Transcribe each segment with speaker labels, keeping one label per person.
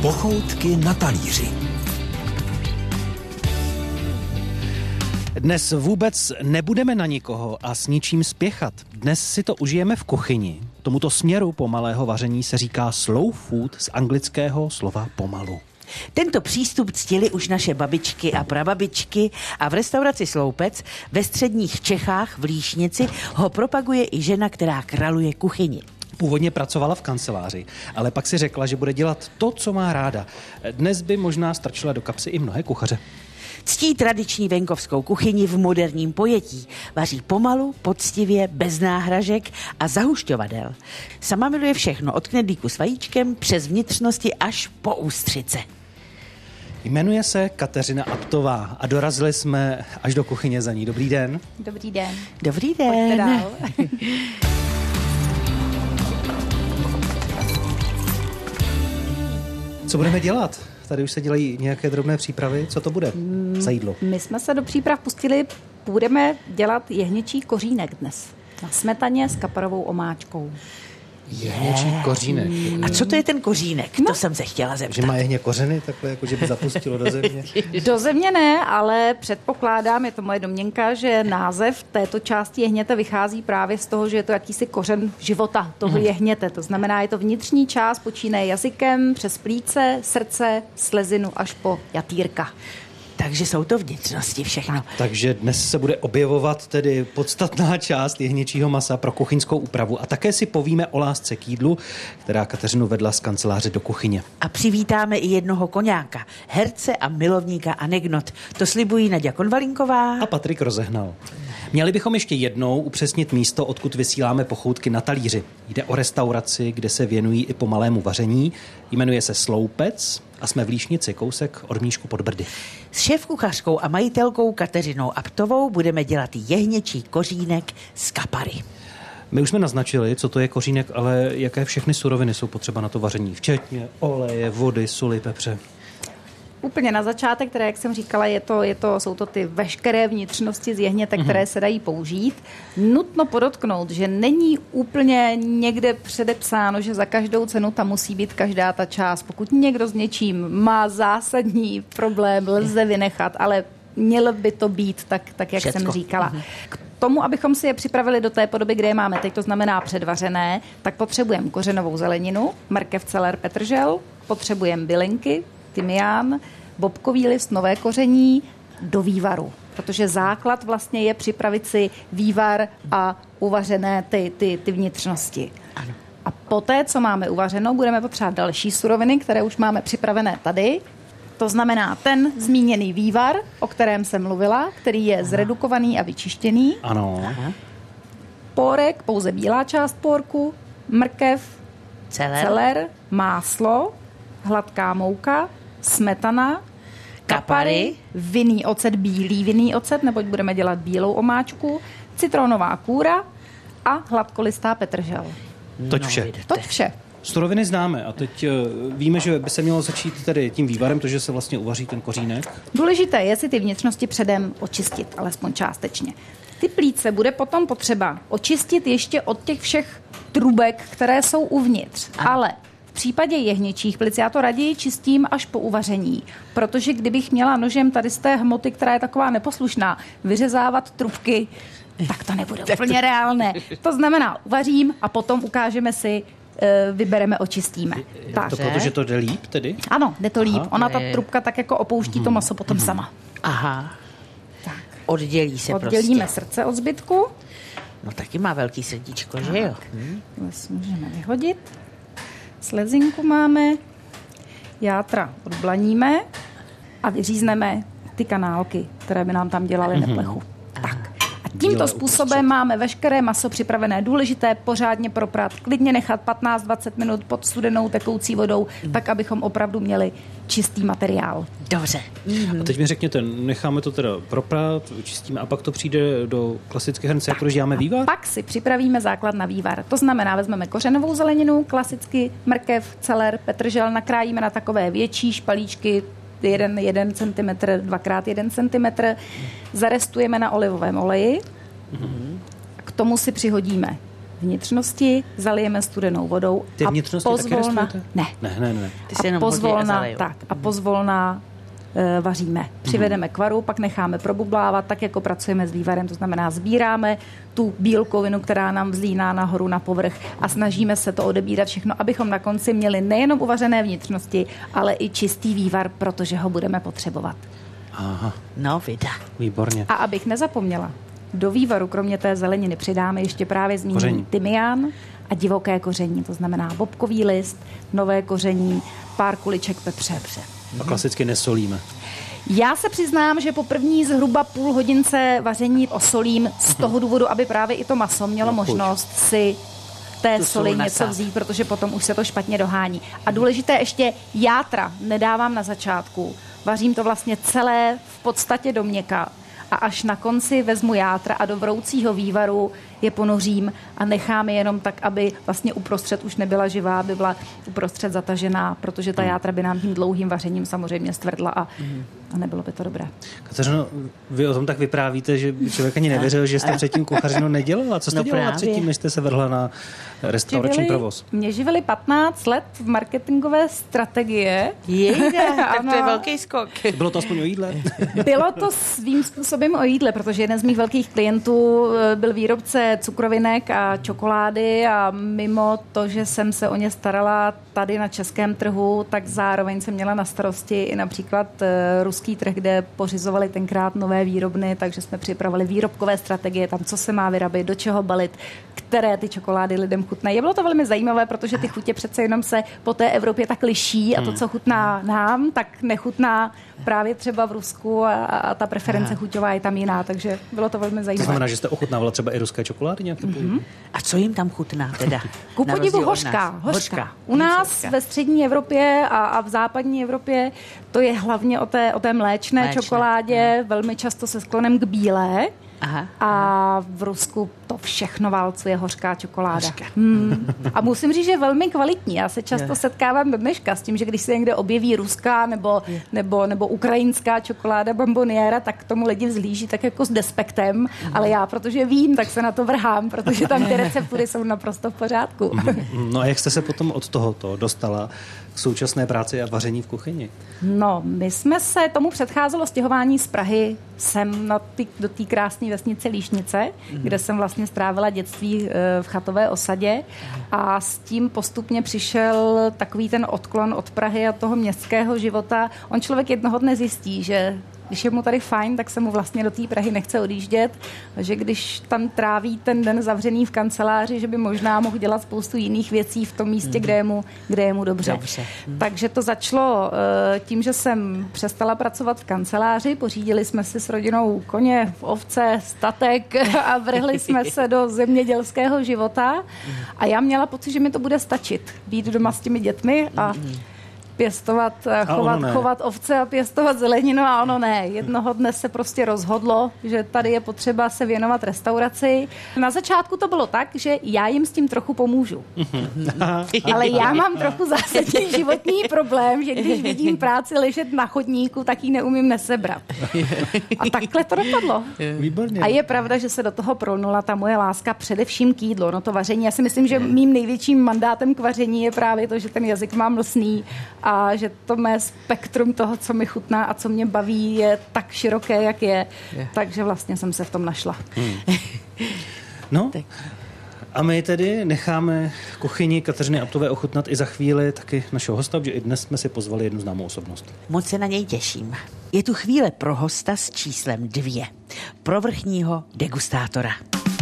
Speaker 1: Pochoutky na talíři.
Speaker 2: Dnes vůbec nebudeme na nikoho a s ničím spěchat. Dnes si to užijeme v kuchyni. Tomuto směru pomalého vaření se říká slow food z anglického slova pomalu.
Speaker 3: Tento přístup ctili už naše babičky a prababičky a v restauraci Sloupec ve středních Čechách v Líšnici ho propaguje i žena, která kraluje kuchyni.
Speaker 2: Původně pracovala v kanceláři, ale pak si řekla, že bude dělat to, co má ráda. Dnes by možná strčila do kapsy i mnohé kuchaře.
Speaker 3: Ctí tradiční venkovskou kuchyni v moderním pojetí. Vaří pomalu, poctivě, bez náhražek a zahušťovadel. Sama miluje všechno, od knedlíku s vajíčkem přes vnitřnosti až po ústřice.
Speaker 2: Jmenuje se Kateřina Aptová a dorazili jsme až do kuchyně za ní. Dobrý den.
Speaker 4: Dobrý den.
Speaker 3: Dobrý den.
Speaker 4: Pojďte dál.
Speaker 2: Co budeme dělat? Tady už se dělají nějaké drobné přípravy. Co to bude za jídlo?
Speaker 4: My jsme se do příprav pustili, budeme dělat jehněčí kořínek dnes. Na smetaně s kaparovou omáčkou.
Speaker 2: Jehněčí kořínek.
Speaker 3: A co to je ten kořínek? To jsem se chtěla zeptat.
Speaker 2: Že má jehně kořeny, takhle jako že by zapustilo do země?
Speaker 4: Do země ne, ale předpokládám, je to moje domněnka, že název této části jehněte vychází právě z toho, že je to jakýsi kořen života toho jehněte. To znamená, je to vnitřní část, počínaje jazykem, přes plíce, srdce, slezinu až po jatýrka.
Speaker 3: Takže jsou to vnitřnosti všechno.
Speaker 2: Takže dnes se bude objevovat tedy podstatná část jehněčího masa pro kuchyňskou úpravu a také si povíme o lásce k jídlu, která Kateřinu vedla z kanceláře do kuchyně.
Speaker 3: A přivítáme i jednoho koňáka, herce a milovníka anekdot. To slibují Naďa Konvalinková
Speaker 2: A Patrik Rozehnal. Měli bychom ještě jednou upřesnit místo, odkud vysíláme pochoutky na talíři. Jde o restauraci, kde se věnují i pomalému vaření. Jmenuje se Sloupec a jsme v Líšnici, kousek od Mníšku pod Brdy.
Speaker 3: S šéfkuchařkou a majitelkou Kateřinou Aptovou budeme dělat jehněčí kořínek z kapary.
Speaker 2: My už jsme naznačili, co to je kořínek, ale jaké všechny suroviny jsou potřeba na to vaření, včetně oleje, vody, soli, pepře.
Speaker 4: Úplně na začátek, které, jak jsem říkala, jsou to ty veškeré vnitřnosti z jehněte, které se dají použít. Nutno podotknout, že není úplně někde předepsáno, že za každou cenu tam musí být každá ta část. Pokud někdo s něčím má zásadní problém, lze vynechat, ale mělo by to být tak jak jsem říkala. K tomu, abychom si je připravili do té podoby, kde je máme teď, to znamená předvařené, tak potřebujeme kořenovou zeleninu, mrkev, celer, petržel, potřebujeme bylinky, tymián, bobkový list, nové koření do vývaru. Protože základ vlastně je připravit si vývar a uvařené ty vnitřnosti.
Speaker 3: Ano.
Speaker 4: A poté, co máme uvařeno, budeme potřebovat další suroviny, které už máme připravené tady. To znamená ten zmíněný vývar, o kterém jsem mluvila, který je zredukovaný a vyčištěný.
Speaker 2: Ano.
Speaker 4: Pórek, pouze bílá část pórku, mrkev, celer, máslo, hladká mouka, smetana, kapary, vinný ocet, bílý vinný ocet, neboť budeme dělat bílou omáčku, citronová kůra a hladkolistá petržel.
Speaker 2: Toť vše.
Speaker 4: Toť vše.
Speaker 2: Suroviny známe a teď víme, že by se mělo začít tedy tím vývarem, to, že se vlastně uvaří ten kořínek.
Speaker 4: Důležité je si ty vnitřnosti předem očistit, alespoň částečně. Ty plíce bude potom potřeba očistit ještě od těch všech trubek, které jsou uvnitř. Ale v případě jehněčích plic já to raději čistím až po uvaření, protože kdybych měla nožem tady z té hmoty, která je taková neposlušná, vyřezávat trubky, tak to nebude úplně reálné. To znamená, uvařím a potom ukážeme si, vybereme, očistíme.
Speaker 2: To protože to jde líp tedy?
Speaker 4: Ano, jde to líp. Ona ta trubka tak jako opouští to maso potom sama.
Speaker 3: Aha.
Speaker 4: Tak.
Speaker 3: Oddělí se
Speaker 4: Oddělíme
Speaker 3: prostě.
Speaker 4: srdce od zbytku.
Speaker 3: No taky má velký srdíčko, že jo?
Speaker 4: Můžeme vyhodit. Slezinku máme. Játra odblaníme a vyřízneme ty kanálky, které by nám tam dělaly neplechu. Tak. A tímto způsobem máme veškeré maso připravené. Důležité pořádně proprat, klidně nechat 15-20 minut pod studenou tekoucí vodou, tak abychom opravdu měli čistý materiál.
Speaker 3: Dobře.
Speaker 2: A teď mi řekněte, necháme to teda proprat, čistíme a pak to přijde do klasické hrnce, jak děláme vývar?
Speaker 4: Pak si připravíme základ na vývar. To znamená, vezmeme kořenovou zeleninu, klasicky mrkev, celer, petržel, nakrájíme na takové větší špalíčky, 1 cm, 2x1 cm, zarestujeme na olivovém oleji. K tomu si přihodíme vnitřnosti, zalijeme studenou vodou.
Speaker 2: Ty vnitřnosti taky restujete?
Speaker 4: Ne.
Speaker 3: Ty si jenom
Speaker 4: A pozvolna vaříme. Přivedeme k varu, pak necháme probublávat, tak jako pracujeme s vývarem, to znamená sbíráme tu bílkovinu, která nám vzlíná nahoru na povrch a snažíme se to odebírat všechno, abychom na konci měli nejenom uvařené vnitřnosti, ale i čistý vývar, protože ho budeme potřebovat.
Speaker 2: Aha.
Speaker 3: No, vida.
Speaker 2: Výborně.
Speaker 4: A abych nezapomněla, do vývaru kromě té zeleniny přidáme ještě právě zmíněný tymián a divoké koření, to znamená bobkový list, nové koření, pár kuliček pepře.
Speaker 2: A klasicky nesolíme.
Speaker 4: Já se přiznám, že po první zhruba půl hodince vaření osolím z toho důvodu, aby právě i to maso mělo možnost si té soli něco vzít, protože potom už se to špatně dohání. A důležité ještě, játra nedávám na začátku. Vařím to vlastně celé v podstatě do měka. A až na konci vezmu játra a do vroucího vývaru je ponořím a nechám je jenom tak, aby vlastně uprostřed už nebyla živá, aby byla uprostřed zatažená, protože ta játra by nám tím dlouhým vařením samozřejmě stvrdla a nebylo by to dobré.
Speaker 2: Kateřino, vy o tom tak vyprávíte, že člověk ani nevěřil, že jste předtím kuchařinu nedělala. Co jste dělala předtím, než jste se vrhla na restaurační provoz?
Speaker 4: Mě živili 15 let v marketingové strategie.
Speaker 3: Tak to je velký skok.
Speaker 2: Bylo to aspoň o jídle?
Speaker 4: Bylo to svým způsobem o jídle, protože jeden z mých velkých klientů byl výrobce cukrovinek a čokolády a mimo to, že jsem se o ně starala tady na českém trhu, tak zároveň jsem měla na starosti i například ruský trh, kde pořizovali tenkrát nové výrobny, takže jsme připravili výrobkové strategie, tam co se má vyrobit, do čeho balit, které ty čokolády lidem chutnají. Bylo to velmi zajímavé, protože ty chutě přece jenom se po té Evropě tak liší a to, co chutná nám, tak nechutná právě třeba v Rusku a ta preference chuťová je tam jiná, takže bylo to velmi zajímavé.
Speaker 2: To znamená, že jste ochutnávala třeba i ruské čokolády nějaké?
Speaker 3: A co jim tam chutná teda?
Speaker 4: Ku podivu hořka. U nás ve střední Evropě a v západní Evropě to je hlavně o té mléčné čokoládě, velmi často se sklonem k bílé. A v Rusku to všechno válcuje hořká čokoláda. A musím říct, že je velmi kvalitní. Já se často setkávám do dneška s tím, že když se někde objeví ruská nebo ukrajinská čokoláda bomboniera, tak tomu lidi vzhlíží tak jako s despektem, ale já, protože vím, tak se na to vrhám, protože tam ty receptury jsou naprosto v pořádku.
Speaker 2: No a jak jste se potom od tohoto dostala k současné práci a vaření v kuchyni?
Speaker 4: No, my jsme se, tomu předcházelo stěhování z Prahy sem do té krásné vesnice Líšnice, kde jsem vlastně strávila dětství v chatové osadě a s tím postupně přišel takový ten odklon od Prahy a toho městského života. On člověk jednoho dne zjistí, že když je mu tady fajn, tak se mu vlastně do té Prahy nechce odjíždět, že když tam tráví ten den zavřený v kanceláři, že by možná mohl dělat spoustu jiných věcí v tom místě, kde je mu dobře. Takže to začalo tím, že jsem přestala pracovat v kanceláři, pořídili jsme si s rodinou koně, ovce, statek a vrhli jsme se do zemědělského života a já měla pocit, že mi to bude stačit být doma s těmi dětmi a pěstovat, chovat ovce a pěstovat zeleninu a ono ne. Jednoho dne se prostě rozhodlo, že tady je potřeba se věnovat restauraci. Na začátku to bylo tak, že já jim s tím trochu pomůžu. Ale já mám trochu zásadní životní problém, že když vidím práci ležet na chodníku, tak ji neumím nesebrat. A takhle to dopadlo.
Speaker 2: Výborně.
Speaker 4: A je pravda, že se do toho prolnula ta moje láska především k jídlu. No to vaření, já si myslím, že mým největším mandátem k vaření je právě to, že ten jazyk mám mlsný a že to mé spektrum toho, co mi chutná a co mě baví, je tak široké, jak je. Takže vlastně jsem se v tom našla.
Speaker 2: No, a my tedy necháme kuchyni Kateřiny Abtové ochutnat i za chvíli taky našeho hosta, protože i dnes jsme si pozvali jednu známou osobnost.
Speaker 3: Moc se na něj těším. Je tu chvíle pro hosta s číslem 2. Pro vrchního degustátora.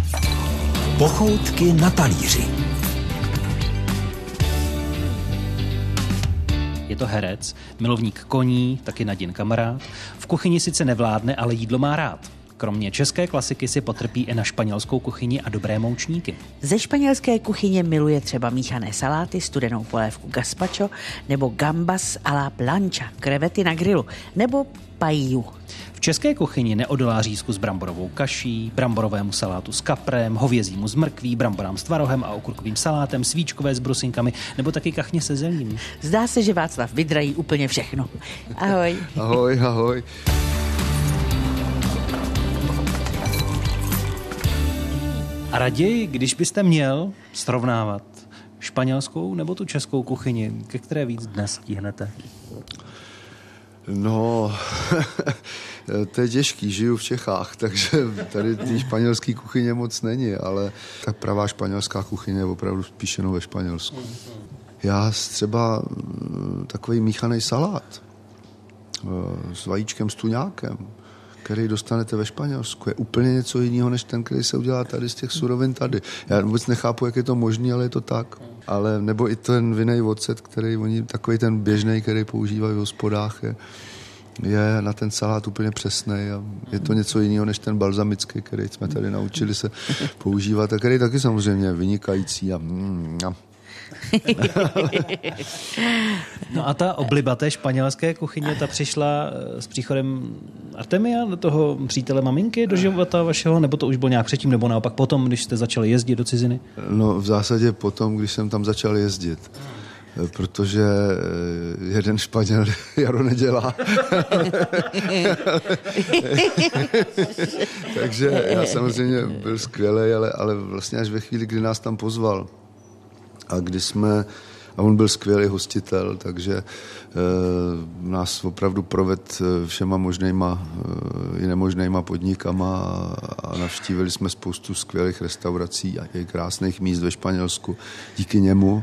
Speaker 1: Pochoutky na talíři.
Speaker 2: Je to herec, milovník koní, taky Nadin kamarád. V kuchyni sice nevládne, ale jídlo má rád. Kromě české klasiky si potrpí i na španělskou kuchyni a dobré moučníky.
Speaker 3: Ze španělské kuchyně miluje třeba míchané saláty, studenou polévku gazpacho nebo gambas a la plancha, krevety na grilu nebo paillu.
Speaker 2: V české kuchyni neodolá řízku s bramborovou kaší, bramborovému salátu s kaprem, hovězímu s mrkví, bramborám s tvarohem a okurkovým salátem, svíčkové s brusinkami nebo taky kachně se zelím.
Speaker 3: Zdá se, že Václav vydrají úplně všechno. Ahoj.
Speaker 5: Ahoj, ahoj.
Speaker 2: A raději, když byste měl srovnávat španělskou nebo tu českou kuchyni, ke které víc dnes tíhnete?
Speaker 5: No, to je těžký, žiju v Čechách, takže tady ty španělský kuchyně moc není, ale ta pravá španělská kuchyně je opravdu spíš jenom ve Španělsku. Já třeba takový míchaný salát s vajíčkem, s tuňákem, který dostanete ve Španělsku, je úplně něco jiného, než ten, který se udělá tady z těch surovin tady. Já vůbec nechápu, jak je to možné, ale je to tak. Ale nebo i ten vinný ocet, který oni, takový ten běžný, který používají v hospodách, je na ten salát úplně přesný a je to něco jiného, než ten balzamický, který jsme tady naučili se používat a který taky samozřejmě je vynikající a
Speaker 2: No a ta obliba té španělské kuchyně, ta přišla s příchodem Artemia, do toho přítele maminky, do života vašeho, nebo to už bylo nějak předtím, nebo naopak potom, když jste začali jezdit do ciziny?
Speaker 5: No v zásadě potom, když jsem tam začal jezdit. Protože jeden Španěl jaro nedělá. Takže já samozřejmě byl skvělej, ale vlastně až ve chvíli, kdy nás tam pozval a on byl skvělý hostitel, takže nás opravdu proved všema možnýma i nemožnýma podnikama a navštívili jsme spoustu skvělých restaurací a i krásných míst ve Španělsku díky němu.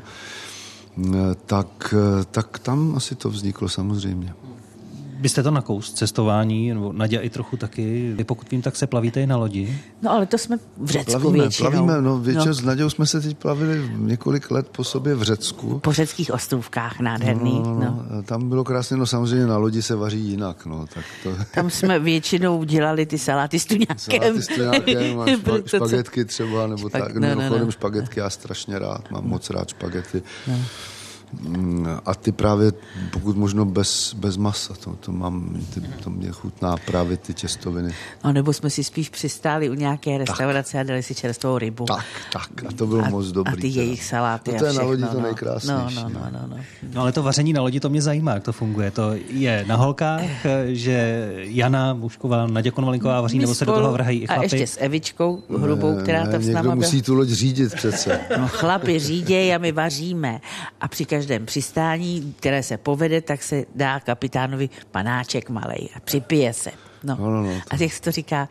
Speaker 5: Tak tam asi to vzniklo samozřejmě.
Speaker 2: Byste to nakous, cestování, nebo Naďa i trochu taky. Vy pokud vím, tak se plavíte i na lodi.
Speaker 3: No ale to jsme v Řecku většinou.
Speaker 5: Většinou s Naďou jsme se teď plavili několik let po sobě v Řecku.
Speaker 3: Po řeckých ostrůvkách nádherných. No.
Speaker 5: Tam bylo krásně, samozřejmě na lodi se vaří jinak. Tak to...
Speaker 3: Tam jsme většinou dělali ty saláty s tuňákem.
Speaker 5: Saláty s tuňákem a špagetky třeba, nebo tak. Mimochodem špagetky já strašně rád, mám moc rád špagety. No. A ty právě, pokud možno bez masa, to mě chutná právě ty těstoviny.
Speaker 3: No, nebo jsme si spíš přistáli u nějaké restaurace a dali si čerstvou rybu.
Speaker 5: Tak, a to bylo moc dobrý.
Speaker 3: A ty jejich saláty
Speaker 5: to je na lodi to nejkrásnější.
Speaker 2: No ale to vaření na lodi, to mě zajímá, jak to funguje. To je na holkách, že Jana Mušková, Naďa Konvalinková vaří, nebo se do toho vrhají i chlapy?
Speaker 3: A ještě s Evičkou Hrubou, která tam s náma
Speaker 5: byla. Někdo musí tu loď řídit přece.
Speaker 3: No chlapi řídějí a my vaříme. A při každém přistání, které se povede, tak se dá kapitánovi panáček malej a připije se. No. A jak se to říká,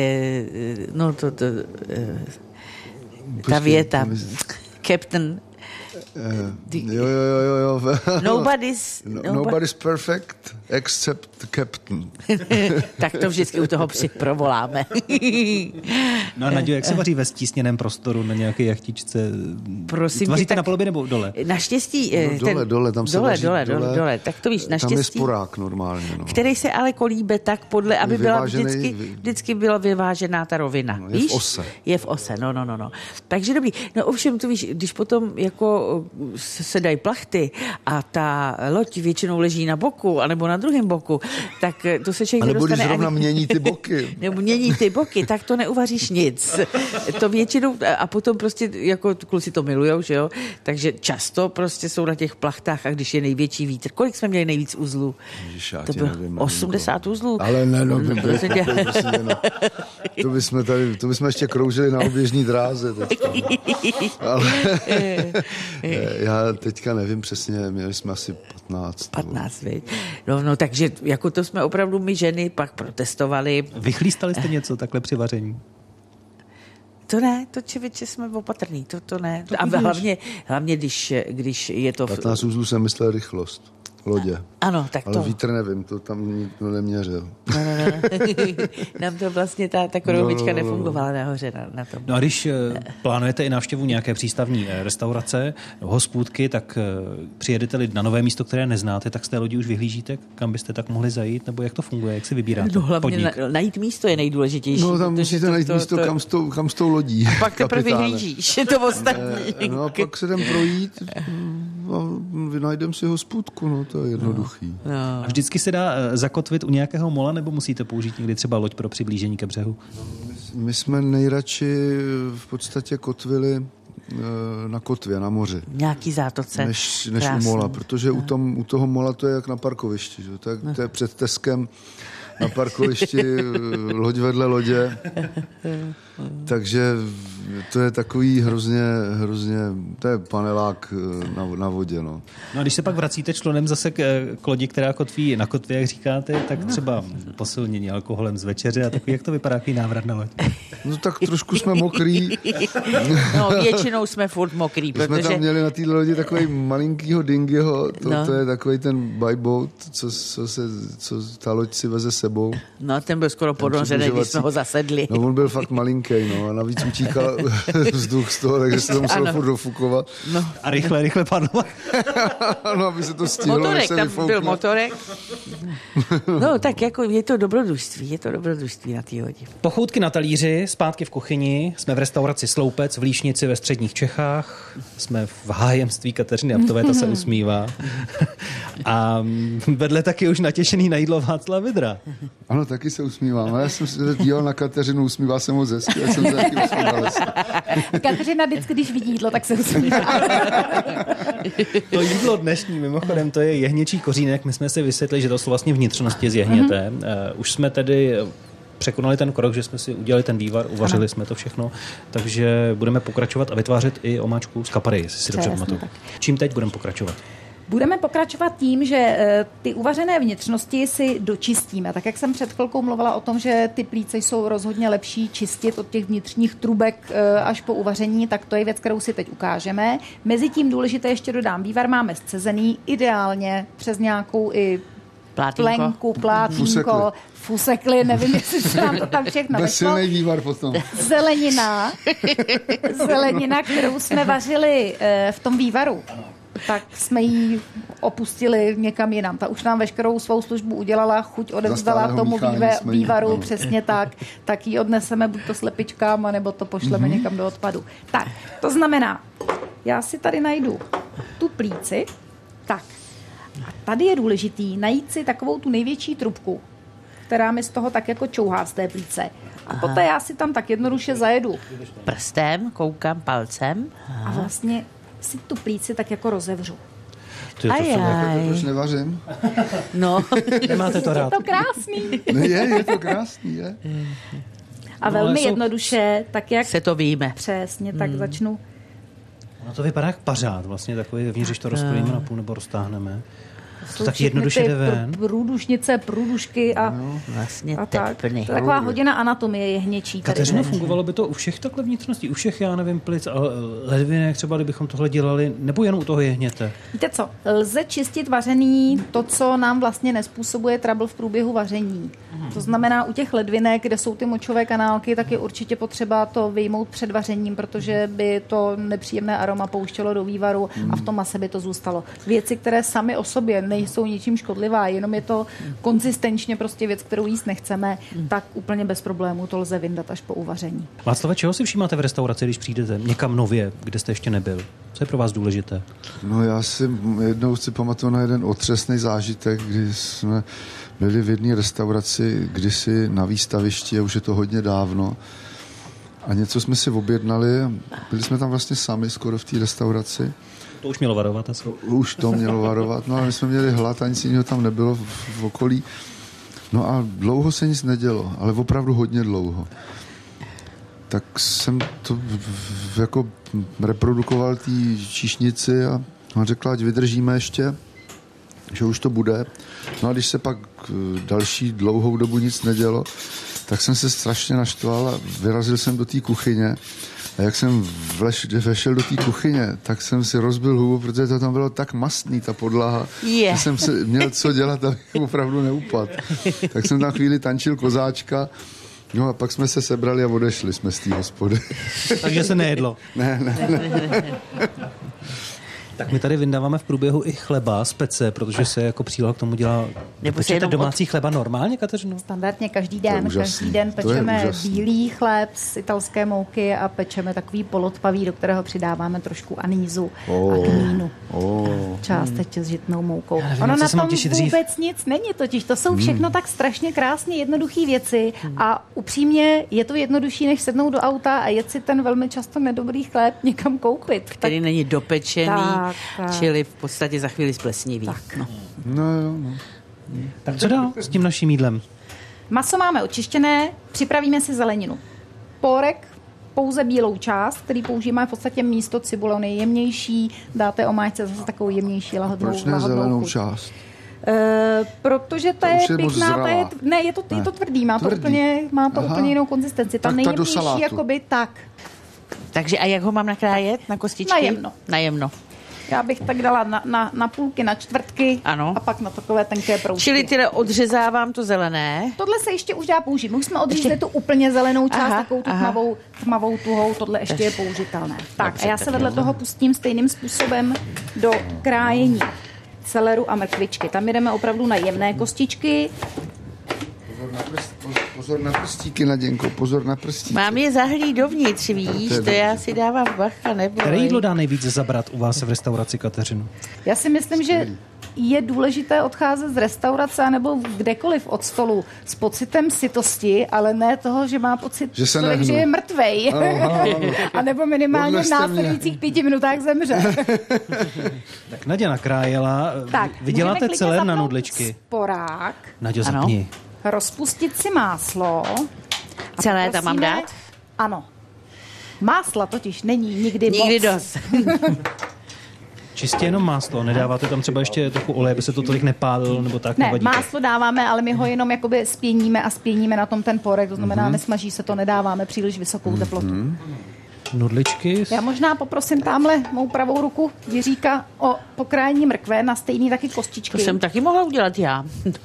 Speaker 3: ta věta, Captain...
Speaker 5: Jo.
Speaker 3: Nobody's
Speaker 5: perfect except the captain.
Speaker 3: Tak to vždycky u toho provoláme.
Speaker 2: No a Naďo, jak se vaří ve stísněném prostoru na nějaké jachtičce?
Speaker 3: Prosím,
Speaker 2: vaříte na palubě nebo dole?
Speaker 3: Naštěstí...
Speaker 5: Dole, tam se vaří
Speaker 3: dole. Tak to víš, naštěstí...
Speaker 5: Tam je sporák normálně. No.
Speaker 3: Který se ale kolíbe tak podle, aby byla vždycky byla vyvážená ta rovina.
Speaker 5: No, je v ose.
Speaker 3: Je v ose, no. Takže dobrý. No ovšem, to víš, když potom jako se dají plachty a ta loď většinou leží na boku, anebo na druhém boku, tak to se člověk nedostane.
Speaker 5: Nebo když zrovna mění ty boky.
Speaker 3: Nebo mění ty boky, tak to neuvaříš nic. To většinou, a potom prostě, jako kluci to milujou, že jo, takže často prostě jsou na těch plachtách a když je největší vítr. Kolik jsme měli nejvíc uzlů?
Speaker 5: To
Speaker 3: bylo 80 uzlů.
Speaker 5: Ale to bychom ještě kroužili na oběžní dráze teďka. Ale já teďka nevím přesně, měli jsme asi 15.
Speaker 3: Viď? No, takže jako to jsme opravdu my ženy pak protestovali.
Speaker 2: Vychlístali jste něco takhle při vaření?
Speaker 3: To ne, to člověče jsme opatrný, to ne. A hlavně když je to...
Speaker 5: 15 uzlů jsem myslel rychlost. Lodě.
Speaker 3: Ano, tak
Speaker 5: ale
Speaker 3: to.
Speaker 5: Ale vítr nevím, to tam nikdo neměřil.
Speaker 3: No. Nám to vlastně ta korouhvička nefungovala nahoře na tom.
Speaker 2: No a když plánujete i návštěvu nějaké přístavní restaurace, hospůdky, tak přijedete-li na nové místo, které neznáte, tak z té lodi už vyhlížíte, kam byste tak mohli zajít, nebo jak to funguje, jak si vybíráte?
Speaker 3: No hlavně najít místo je nejdůležitější.
Speaker 5: No tam musíte najít místo, kam s tou lodí.
Speaker 3: A pak teprve vyhlížíš, je to ostatní.
Speaker 5: No a pak se jdem projít a vynajdem si hospůdku, no to je jednoduchý.
Speaker 3: No.
Speaker 2: A vždycky se dá zakotvit u nějakého mola, nebo musíte použít někdy třeba loď pro přiblížení ke břehu?
Speaker 5: My jsme nejradši v podstatě kotvili na kotvě, na moři.
Speaker 3: Nějaký zátoce.
Speaker 5: Než u mola, protože u toho mola to je jak na parkovišti. Že? To je před Teskem na parkovišti, loď vedle lodě. Takže to je takový hrozně, to je panelák na vodě. No.
Speaker 2: No a když se pak vracíte člunem zase k lodi, která kotví na kotvě, jak říkáte, tak třeba posilnění alkoholem z večeře a takový, jak to vypadá, jaký návrat na loď?
Speaker 5: No tak trošku jsme mokrý.
Speaker 3: No většinou jsme furt mokrý, protože...
Speaker 5: Jsme tam měli na té lodi takový malinkýho dingyho, to je takový ten byboat, co ta loď si veze sebou.
Speaker 3: No ten byl skoro ponořený, když jsme ho zasedli.
Speaker 5: No on byl fakt malinký, no a navíc utíkal vzduch z toho, takže se to muselo furt dofukovat.
Speaker 2: No. A rychle panovat.
Speaker 5: No, aby se to stihlo,
Speaker 3: motorek,
Speaker 5: se
Speaker 3: tam
Speaker 5: vyfoukne.
Speaker 3: byl motorek. No tak jako je to dobrodružství na té lodi.
Speaker 2: Pochoutky na talíři, zpátky v kuchyni, jsme v restauraci Sloupec v Líšnici ve středních Čechách, jsme v hájemství Kateřiny Aptové, ta se usmívá. A vedle taky už natěšený na jídlo Václav Vidra.
Speaker 5: Ano, taky se usmívám. Já jsem se díval na Kateřinu, usmívá se moc hezky, jak jsem se taky usmíval.
Speaker 4: Kateřina vždycky, když vidí jídlo, tak se usmívá.
Speaker 2: To jídlo dnešní, mimochodem, to je jehněčí kořínek. My jsme si vysvětlili, že to jsou vlastně vnitřnosti z jehněte. Už jsme tedy překonali ten krok, že jsme si udělali ten vývar, uvařili jsme to všechno, takže budeme pokračovat a vytvářet i omáčku z kapary, jestli si dobře pamatuju. Čím teď budeme pokračovat?
Speaker 4: Budeme pokračovat tím, že ty uvařené vnitřnosti si dočistíme. Tak jak jsem před chvilkou mluvila o tom, že ty plíce jsou rozhodně lepší čistit od těch vnitřních trubek až po uvaření, tak to je věc, kterou si teď ukážeme. Mezitím důležité ještě dodám, vývar máme scezený, ideálně přes nějakou i plenku, plátínko, fusekli, nevím, jestli se nám to tam všechno vešlo.
Speaker 5: Silný vývar potom.
Speaker 4: Zelenina, kterou jsme vařili v tom vývaru. Tak jsme ji opustili někam jinam. Ta už nám veškerou svou službu udělala, chuť odevzdala tomu vývaru, přesně tak ji odneseme buď to slepičkám, nebo to pošleme někam do odpadu. Tak, to znamená, já si tady najdu tu plíci, tak. A tady je důležitý najít si takovou tu největší trubku, která mi z toho tak jako čouhá z té plíce. A poté já si tam tak jednoduše zajedu.
Speaker 3: Prstem, koukám palcem.
Speaker 4: A vlastně si tu plíci tak jako rozevřu.
Speaker 5: Proč nevařím?
Speaker 3: No.
Speaker 2: Nemáte to rád.
Speaker 4: Je to krásný.
Speaker 5: Je to krásný, je.
Speaker 4: A velmi jednoduše, tak jak...
Speaker 3: Se to víme.
Speaker 4: Přesně, tak začnu.
Speaker 2: No to vypadá jak pařád, vlastně takový, vevnitř, když to rozkrojíme na půl nebo roztáhneme. To tak jednoduše jde ven.
Speaker 4: Průdušnice, průdušky a,
Speaker 3: vlastně
Speaker 4: a tak. To je taková hodina anatomie jehněčí.
Speaker 2: Kateřino, fungovalo by to u všech takhle vnitřností, u všech, já nevím, plic a ledvinek třeba, kdybychom tohle dělali, nebo jen u toho jehněte?
Speaker 4: Víte co, lze čistit vařený to, co nám vlastně nespůsobuje trouble v průběhu vaření. To znamená u těch ledvinek, kde jsou ty močové kanálky, tak je určitě potřeba to vyjmout před vařením, protože by to nepříjemné aroma pouštělo do vývaru a v tom mase by to zůstalo. Věci, které samy o sobě nejsou ničím škodlivá, jenom je to konzistenčně prostě věc, kterou jíst nechceme, tak úplně bez problémů to lze vyndat až po uvaření.
Speaker 2: Václave, čeho si všímáte v restauraci, když přijdete někam nově, kde jste ještě nebyl? Co je pro vás důležité?
Speaker 5: No já si jednou pamatuju na jeden otřesný zážitek, kdy jsme byli v jedné restauraci kdysi na výstavišti, a už je to hodně dávno, a něco jsme si objednali, byli jsme tam vlastně sami skoro v té restauraci.
Speaker 2: To už mělo varovat asi.
Speaker 5: Už to mělo varovat, no ale my jsme měli hlad a nic jiného tam nebylo v okolí. No a dlouho se nic nedělo, ale opravdu hodně dlouho. Tak jsem to jako reprodukoval té číšnici a on řekla, ať vydržíme ještě, že už to bude. No a když se pak další dlouhou dobu nic nedělo, tak jsem se strašně naštval a vyrazil jsem do té kuchyně. A jak jsem vešel do té kuchyně, tak jsem si rozbil hubu, protože to tam bylo tak mastný, ta podlaha, že jsem se měl co dělat, abych opravdu neupadl. Tak jsem tam chvíli tančil kozáčka, no a pak jsme se sebrali a odešli jsme z té hospody.
Speaker 2: Takže se nejedlo.
Speaker 5: Ne.
Speaker 2: Tak my tady vyndáváme v průběhu i chleba z pece, protože se jako příloha k tomu dělá. Pečete domácí chleba normálně, Kateřino?
Speaker 4: Standardně každý den. Každý den pečeme bílý chléb z italské mouky a pečeme takový polotpavý, do kterého přidáváme trošku anízu a kmínu. Částečně s žitnou moukou. Ono na tom vůbec nic není totiž. To jsou všechno tak strašně krásně jednoduché věci a upřímně je to jednodušší, než sednout do auta a jet si ten velmi často nedobrý chléb někam koupit.
Speaker 3: Který není dopečený. Čili v podstatě za chvíli splesnivý.
Speaker 5: No.
Speaker 2: Tak co dál s tím naším jídlem?
Speaker 4: Maso máme očištěné, připravíme si zeleninu. Pórek, pouze bílou část, který používáme v podstatě místo cibule, on je jemnější, dáte omáčce zase takovou jemnější lahodnou.
Speaker 5: Proč ne zelenou část?
Speaker 4: Protože ta je pěkná, je to tvrdý, má to úplně jinou konzistenci. Ta nejjemnější jakoby tak.
Speaker 3: Takže a jak ho mám nakrájet? Na kostičky? Najemno.
Speaker 4: Já bych tak dala na půlky, na čtvrtky.
Speaker 3: Ano.
Speaker 4: A pak na takové tenké proutky.
Speaker 3: Čili tyhle odřezávám to zelené.
Speaker 4: Tohle se ještě už dá použít. My už jsme odřízli tu úplně zelenou část, takovou tu tmavou tuhou, tohle ještě je použitelné. Tak a já se vedle toho pustím stejným způsobem do krájení celeru a mrkvičky. Tam jdeme opravdu na jemné kostičky.
Speaker 5: Pozor na prstíky, Naděnko, pozor na prstíky.
Speaker 3: Mám je zahlí dovnitř, víš, to já si dávám bacha, nebo.
Speaker 2: Které jídlo dá nejvíc zabrat u vás v restauraci, Kateřino?
Speaker 4: Já si myslím, že je důležité odcházet z restaurace nebo kdekoliv od stolu s pocitem sytosti, ale ne toho, že má pocit, že je mrtvej. A nebo minimálně v následujících 5 minutách zemře.
Speaker 2: Tak Naďa nakrájela.
Speaker 4: Tak,
Speaker 2: vy děláte celer na nudličky.
Speaker 4: Sporák.
Speaker 2: Naďo, zapni.
Speaker 4: Rozpustit si máslo.
Speaker 3: Celé tam mám dát?
Speaker 4: Ano. Másla totiž není nikdy
Speaker 3: dost.
Speaker 2: Čistě jenom máslo, nedáváte tam třeba ještě trochu oleje, aby se to tolik nepálilo, nebo tak?
Speaker 4: Ne,
Speaker 2: nevadí.
Speaker 4: máslo dáváme, ale my ho jenom jakoby spěníme na tom ten porek, to znamená, nesmaží se to, nedáváme příliš vysokou teplotu.
Speaker 2: Nudličky.
Speaker 4: Já možná poprosím tamhle mou pravou ruku Jiříka o pokrájení mrkve na stejný taky kostičky.
Speaker 3: To jsem taky mohla udělat já.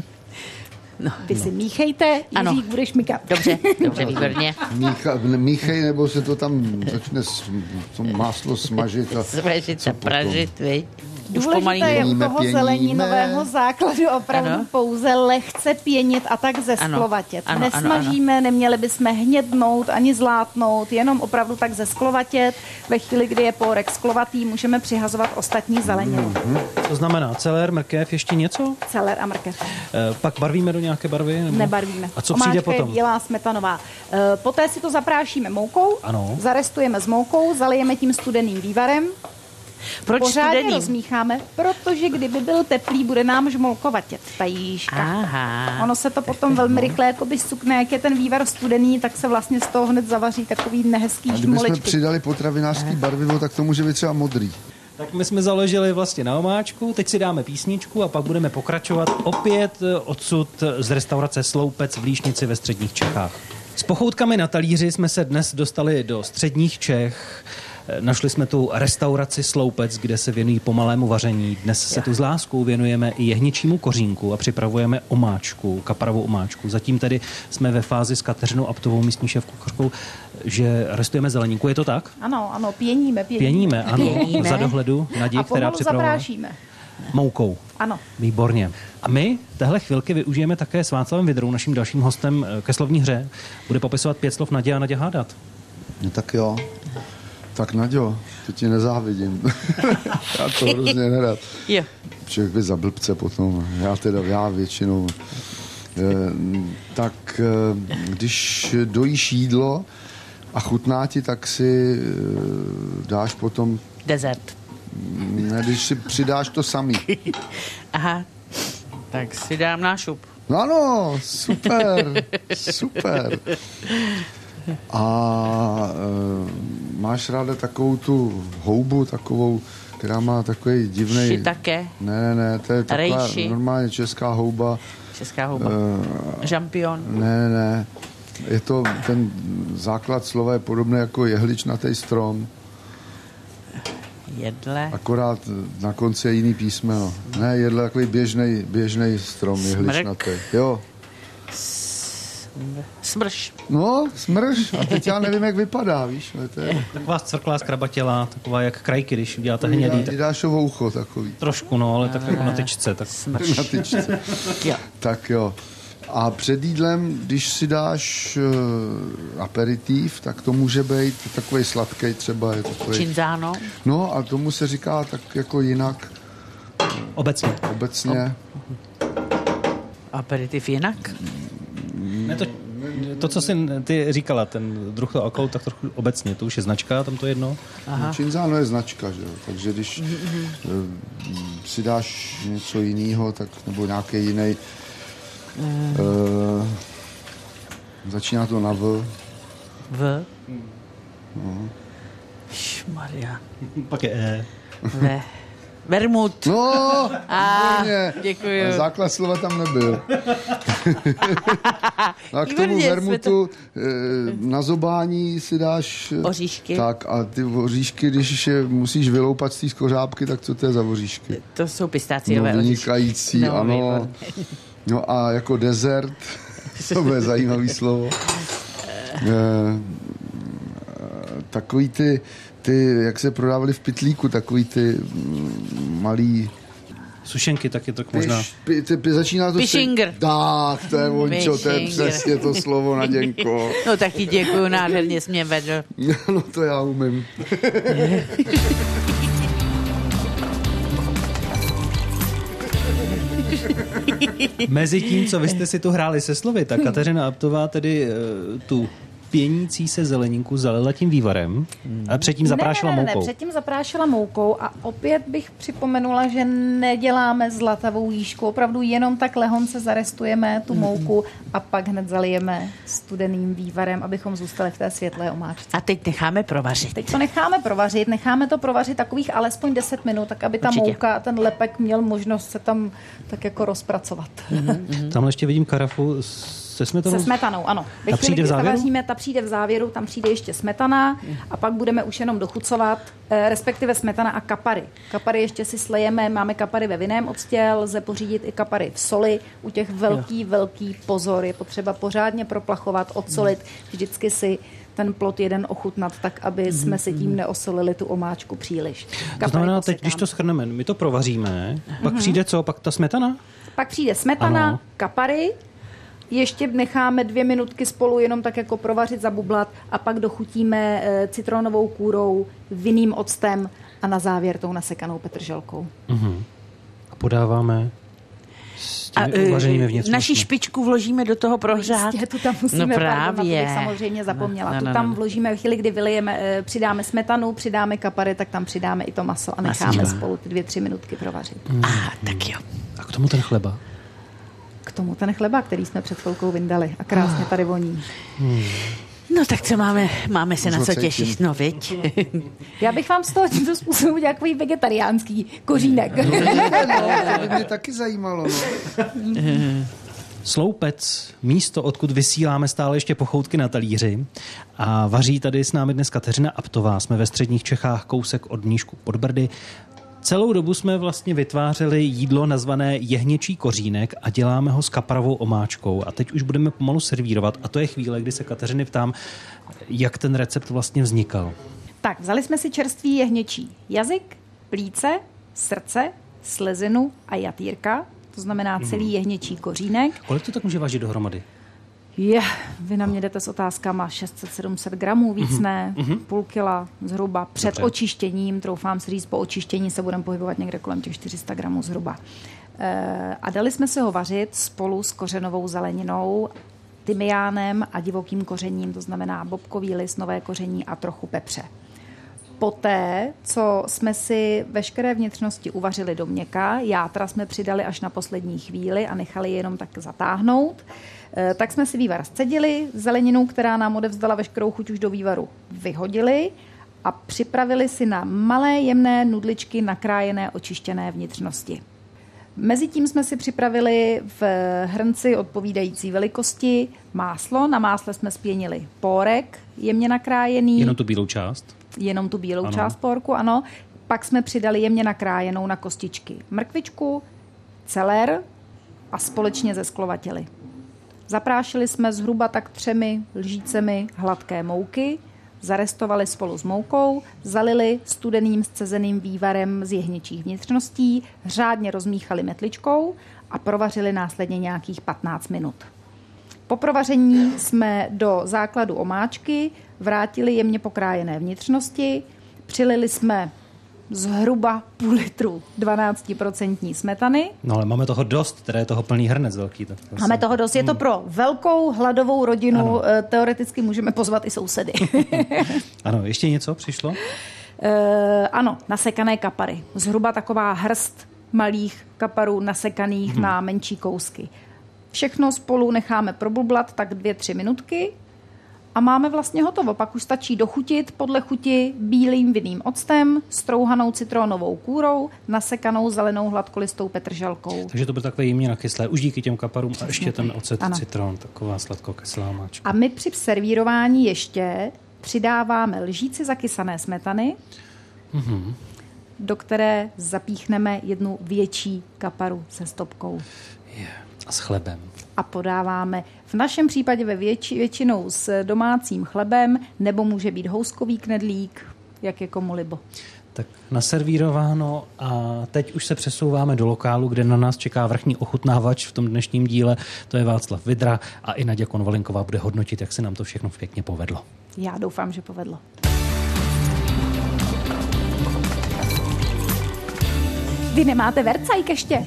Speaker 4: Ty si míchejte, Jiřík, budeš míchat.
Speaker 3: Dobře, výborně.
Speaker 5: Míchej, nebo se to tam začne to máslo smažit.
Speaker 3: Smažit a pražit, viď?
Speaker 4: Důležité je u toho zeleninového základu opravdu pouze lehce pěnit a tak zesklovatět. Nesmažíme, neměli bychom hnědnout ani zlátnout, jenom opravdu tak zesklovatět. Ve chvíli, kdy je pórek sklovatý, můžeme přihazovat ostatní zeleninu.
Speaker 2: To znamená celer, mrkev, ještě něco?
Speaker 4: Celer a mrkev.
Speaker 2: Pak barvíme do nějaké barvy? Nebo?
Speaker 4: Nebarvíme.
Speaker 2: A co přijde potom?
Speaker 4: Je bílá smetanová. Poté si to zaprášíme moukou,
Speaker 2: ano.
Speaker 4: Zarestujeme s moukou, zalijeme tím studeným vývarem.
Speaker 3: Proč
Speaker 4: pořádně
Speaker 3: studený?
Speaker 4: Rozmícháme, protože kdyby byl teplý, bude nám žmolkovatět ta jížka.
Speaker 3: Aha.
Speaker 4: Ono se to potom velmi rychle jakoby sukne, jak je ten vývar studený, tak se vlastně z toho hned zavaří takový nehezký žmolečky.
Speaker 5: Kdybychom přidali potravinářský barvivo, tak to může být třeba modrý.
Speaker 2: Tak my jsme založili vlastně na omáčku, teď si dáme písničku a pak budeme pokračovat opět odsud z restaurace Sloupec v Líšnici ve středních Čechách. S pochoutkami na talíři jsme se dnes dostali do středních Čech. Našli jsme tu restauraci Sloupec, kde se věnují pomalému vaření. Dnes se tu s láskou věnujeme i jehněčímu kořínku a připravujeme omáčku, kaparovou omáčku. Zatím tedy jsme ve fázi s Kateřinou Aptovou, místní šéfkuchařkou, že restujeme zeleninku. Je to tak?
Speaker 4: Ano, pěníme.
Speaker 2: Ano, za dohledu Nadi, která připravuje.
Speaker 4: Zaprášíme.
Speaker 2: Moukou.
Speaker 4: Ano.
Speaker 2: Výborně. A my téhle chvilky využijeme také s Václavem Vidrou, naším dalším hostem ke slovní hře. Bude popisovat 5 slov Nadě a Nadě hádat.
Speaker 5: No tak jo. Tak Naďo, to ti nezávidím. Já to hrozně nerad.
Speaker 3: Jo.
Speaker 5: Člověk by za blbce potom. Já většinou. Tak když dojíš jídlo a chutná ti, tak si dáš potom...
Speaker 3: Dezert.
Speaker 5: Ne, když si přidáš to samý.
Speaker 3: Aha, tak si dám nášup.
Speaker 5: No ano, super. A máš ráda takovou tu houbu, takovou, která má takový divnej...
Speaker 3: Shiitake.
Speaker 5: Ne, to je taková
Speaker 3: Reishi.
Speaker 5: normálně česká houba.
Speaker 3: Česká houba. Žampion.
Speaker 5: Ne. Je to, ten základ slova je podobný jako jehličnatý strom.
Speaker 3: Jedle.
Speaker 5: Akorát na konci je jiný písmeno. Ne, jedle takový běžnej strom, jehličnatý. Jo.
Speaker 3: Smrš.
Speaker 5: No, smrš. A teď já nevím, jak vypadá, víš. To je...
Speaker 2: Taková zcvrklá zkrabatělá, taková jak krajky, když uděláte hnědý.
Speaker 5: Jidášovo ucho takový.
Speaker 2: Trošku, no, ale tak jako na tyčce. Tak...
Speaker 3: Smrš.
Speaker 5: Na tyčce.
Speaker 3: Jo.
Speaker 5: Tak jo. A před jídlem, když si dáš aperitiv, tak to může být takový sladký třeba. Je takový...
Speaker 3: Cinzano.
Speaker 5: No a tomu se říká tak jako jinak.
Speaker 2: Obecně.
Speaker 3: Aperitiv jinak?
Speaker 2: Ne, to, co jsi ty říkala, ten druh toho alkoholu, tak trochu obecně, to už je značka, tam to jedno.
Speaker 5: No, Cinzano je značka, že jo? Takže když si dáš něco jiného, tak nebo nějaký jiný Začíná to na V.
Speaker 3: V. Šmarja.
Speaker 2: Pak je E.
Speaker 3: V. Vermut.
Speaker 5: No, výborně.
Speaker 3: Děkuju.
Speaker 5: Základ slova tam nebyl. A k tomu
Speaker 3: Výborně,
Speaker 5: vermutu na zobání si dáš...
Speaker 3: Oříšky.
Speaker 5: Tak a ty oříšky, když je musíš vyloupat z té skořápky, tak co to je za oříšky?
Speaker 3: To jsou pistáciové oříšky.
Speaker 5: Vynikající,
Speaker 3: No,
Speaker 5: ano.
Speaker 3: výborně.
Speaker 5: No a jako dezert, to bude zajímavý slovo. Takový ty, jak se prodávali v pytlíku, takový ty malý...
Speaker 2: Sušenky taky tak možná.
Speaker 5: Začíná to...
Speaker 3: Pishinger.
Speaker 5: Tak, to je vončo, to je přesně to slovo, Naděnko.
Speaker 3: No tak ti děkuju, nádherně jsi mě vedl.
Speaker 5: No to já umím.
Speaker 2: Mezi tím, co vy jste si tu hráli se slovy, tak Kateřina Aptová tedy tu pěnící se zeleninku zalila tím vývarem a předtím zaprášila moukou.
Speaker 4: Ne, předtím zaprášila moukou a opět bych připomenula, že neděláme zlatavou jížku, opravdu jenom tak lehonce zarestujeme tu mouku a pak hned zalijeme studeným vývarem, abychom zůstali v té světlé omáčce.
Speaker 3: A teď necháme provařit.
Speaker 4: Teď to necháme to provařit takových alespoň 10 minut, tak aby ta mouka a ten lepek měl možnost se tam tak jako rozpracovat.
Speaker 2: Tamhle ještě vidím karafu se smetanou?
Speaker 4: Se smetanou, ano.
Speaker 2: Ta přijde v závěru?
Speaker 4: Zavaříme, ta přijde v závěru, tam přijde ještě smetana a pak budeme už jenom dochucovat, respektive smetana a kapary. Kapary ještě si slejeme, máme kapary ve vinném octě, lze pořídit i kapary v soli. U těch velký pozor, je potřeba pořádně proplachovat, odsolit, vždycky si ten plot jeden ochutnat tak, aby jsme si tím neosolili tu omáčku příliš.
Speaker 2: To znamená, teď, když to shrneme, my to provaříme, pak přijde co? Pak ta smetana?
Speaker 4: Pak přijde smetana,
Speaker 2: ano.
Speaker 4: Kapary, ještě necháme 2 minutky spolu jenom tak jako provařit, zabublat a pak dochutíme citronovou kůrou, vinným octem a na závěr tou nasekanou petrželkou.
Speaker 2: A podáváme s těmi uvařenými vnitřnostmi.
Speaker 3: Naši špičku vložíme do toho prohřát.
Speaker 4: Jistě, tu tam musíme,
Speaker 3: no právě.
Speaker 4: Pardon, to bych samozřejmě zapomněla.
Speaker 3: No.
Speaker 4: Tu tam vložíme ve chvíli, kdy vylijeme, přidáme smetanu, přidáme kapary, tak tam přidáme i to maso a necháme spolu ty 2-3 minutky provařit.
Speaker 3: Tak jo.
Speaker 2: A k tomu ten chleba?
Speaker 4: K tomu ten chleba, který jsme před chvilkou vyndali a krásně tady voní.
Speaker 3: No tak co máme se na co těšit, no viď?
Speaker 4: Já bych vám z toho tímto způsobem udělal takový vegetariánský kořínek.
Speaker 5: No, to by mě taky zajímalo. No.
Speaker 2: Sloupec, místo, odkud vysíláme stále ještě pochoutky na talíři. A vaří tady s námi dnes Kateřina Aptová. Jsme ve středních Čechách, kousek od Mníšku pod Brdy. Celou dobu jsme vlastně vytvářeli jídlo nazvané jehněčí kořínek a děláme ho s kapravou omáčkou. A teď už budeme pomalu servírovat. A to je chvíle, kdy se Kateřiny ptám, jak ten recept vlastně vznikal.
Speaker 4: Tak, vzali jsme si čerstvý jehněčí jazyk, plíce, srdce, slezinu a jatýrka. To znamená celý jehněčí kořínek.
Speaker 2: Kolik to tak může vážit dohromady?
Speaker 4: Vy na mě jdete s otázkama 600-700 gramů, víc ne, půl kila zhruba. Před očištěním, troufám si říct, po očištění se budeme pohybovat někde kolem těch 400 gramů zhruba. A dali jsme se ho vařit spolu s kořenovou zeleninou, tymiánem a divokým kořením, to znamená bobkový list, nové koření a trochu pepře. Poté, co jsme si veškeré vnitřnosti uvařili do měka, játra jsme přidali až na poslední chvíli a nechali je jenom tak zatáhnout, tak jsme si vývar scedili, zeleninu, která nám odevzdala veškerou chuť už do vývaru, vyhodili a připravili si na malé jemné nudličky nakrájené očištěné vnitřnosti. Mezitím jsme si připravili v hrnci odpovídající velikosti máslo. Na másle jsme spěnili pórek, jemně nakrájený.
Speaker 2: Jenom tu bílou část?
Speaker 4: Jenom tu bílou část pórku, ano. Pak jsme přidali jemně nakrájenou na kostičky mrkvičku, celer a společně zesklovatili. Zaprášili jsme zhruba tak 3 lžícemi hladké mouky, zarestovali spolu s moukou, zalili studeným scezeným vývarem z jehněčích vnitřností, řádně rozmíchali metličkou a provařili následně nějakých 15 minut. Po provaření jsme do základu omáčky vrátili jemně pokrájené vnitřnosti, přilili jsme zhruba půl litru 12% smetany.
Speaker 2: No ale máme toho dost, teda je toho plný hrnec velký. Tak
Speaker 4: máme toho dost, je to pro velkou hladovou rodinu, ano. Teoreticky můžeme pozvat i sousedy.
Speaker 2: Ano, ještě něco přišlo?
Speaker 4: Ano, nasekané kapary. Zhruba taková hrst malých kaparů nasekaných na menší kousky. Všechno spolu necháme probublat tak 2-3 minutky a máme vlastně hotovo. Pak už stačí dochutit podle chuti bílým vinným octem, strouhanou citronovou kůrou, nasekanou zelenou hladkolistou petrželkou.
Speaker 2: Takže to bude takové jemně nakyslé, už díky těm kaparům a ještě ten ocet, citron, taková sladkokyslá máčka.
Speaker 4: A my při servírování ještě přidáváme lžíci zakysané smetany, do které zapíchneme jednu větší kaparu se stopkou.
Speaker 2: A s chlebem.
Speaker 4: A podáváme v našem případě většinou s domácím chlebem, nebo může být houskový knedlík, jak je komu libo.
Speaker 2: Tak naservírováno a teď už se přesouváme do lokálu, kde na nás čeká vrchní ochutnávač v tom dnešním díle. To je Václav Vidra a i Naďa Konvalinková bude hodnotit, jak se nám to všechno pěkně povedlo.
Speaker 4: Já doufám, že povedlo. Vy nemáte vercajk ještě?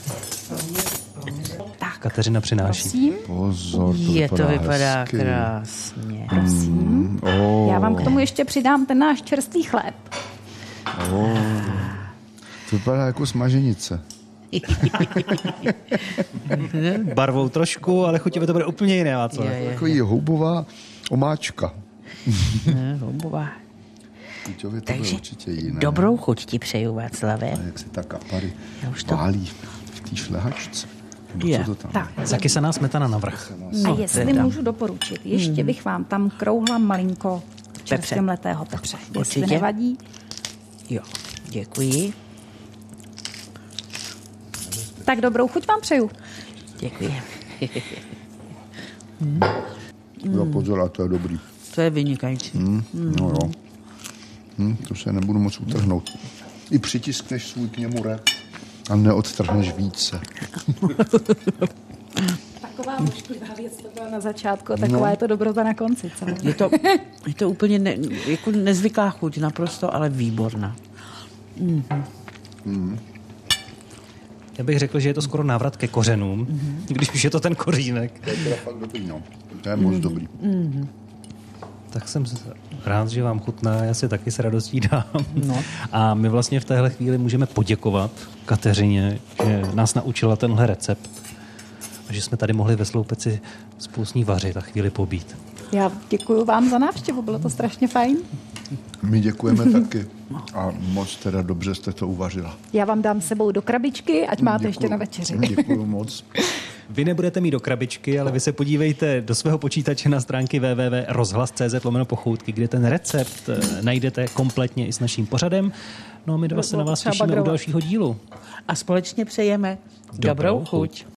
Speaker 4: Tak.
Speaker 2: Kateřina přináší.
Speaker 4: Prosím.
Speaker 5: Pozor,
Speaker 3: To vypadá
Speaker 5: hezky.
Speaker 3: krásně.
Speaker 4: Prosím. Já vám k tomu ještě přidám ten náš čerstvý chléb.
Speaker 5: To vypadá jako smaženice.
Speaker 2: Barvou trošku, ale chutivě to bude úplně jiné, Václav.
Speaker 5: Takový houbová omáčka.
Speaker 3: Houbová.
Speaker 5: Chuťově to bude
Speaker 3: Takže
Speaker 5: určitě jiné.
Speaker 3: dobrou chuť ti přeju, Václave.
Speaker 5: A jak se ta kapary
Speaker 3: Já už to-
Speaker 5: válí v té šlehačce. Nebo
Speaker 3: Je.
Speaker 5: co to tam?
Speaker 4: Tak.
Speaker 2: Zakysaná smetana navrch.
Speaker 4: A jestli
Speaker 3: teda.
Speaker 4: můžu doporučit, ještě bych vám tam krouhla malinko čerstvě mletého pepře. Jestli
Speaker 3: Určitě.
Speaker 4: nevadí.
Speaker 3: Jo, děkuji.
Speaker 4: Tak dobrou chuť vám přeju.
Speaker 3: Děkuji.
Speaker 5: Jo, pozor, a to je dobrý.
Speaker 3: To je vynikající.
Speaker 5: No jo. To se nebudu moc utrhnout. I přitiskneš svůj k němu rep a neodtrhneš více.
Speaker 4: Taková ošklivá věc to byla na začátku, taková je to dobrota na konci. Co?
Speaker 3: Je to úplně jako nezvyklá chuť, naprosto, ale výborná.
Speaker 2: Já bych řekl, že je to skoro návrat ke kořenům, když už je to ten kořínek.
Speaker 5: To je teda fakt dobrý, no. To je moc dobrý.
Speaker 2: Tak jsem rád, že vám chutná, já si taky s radostí dám.
Speaker 3: No.
Speaker 2: A my vlastně v téhle chvíli můžeme poděkovat Kateřině, že nás naučila tenhle recept a že jsme tady mohli ve Sloupeci spolu s ní vařit a chvíli pobít.
Speaker 4: Já děkuji vám za návštěvu, bylo to strašně fajn.
Speaker 5: My děkujeme taky. A moc teda dobře jste to uvařila.
Speaker 4: Já vám dám sebou do krabičky, ať máte ještě na večeři.
Speaker 5: Děkuju moc.
Speaker 2: Vy nebudete mít do krabičky, ale vy se podívejte do svého počítače na stránky www.rozhlas.cz/pochoutky, kde ten recept najdete kompletně i s naším pořadem. No a my se na vás těšíme u dalšího dílu.
Speaker 3: A společně přejeme dobrou chuť.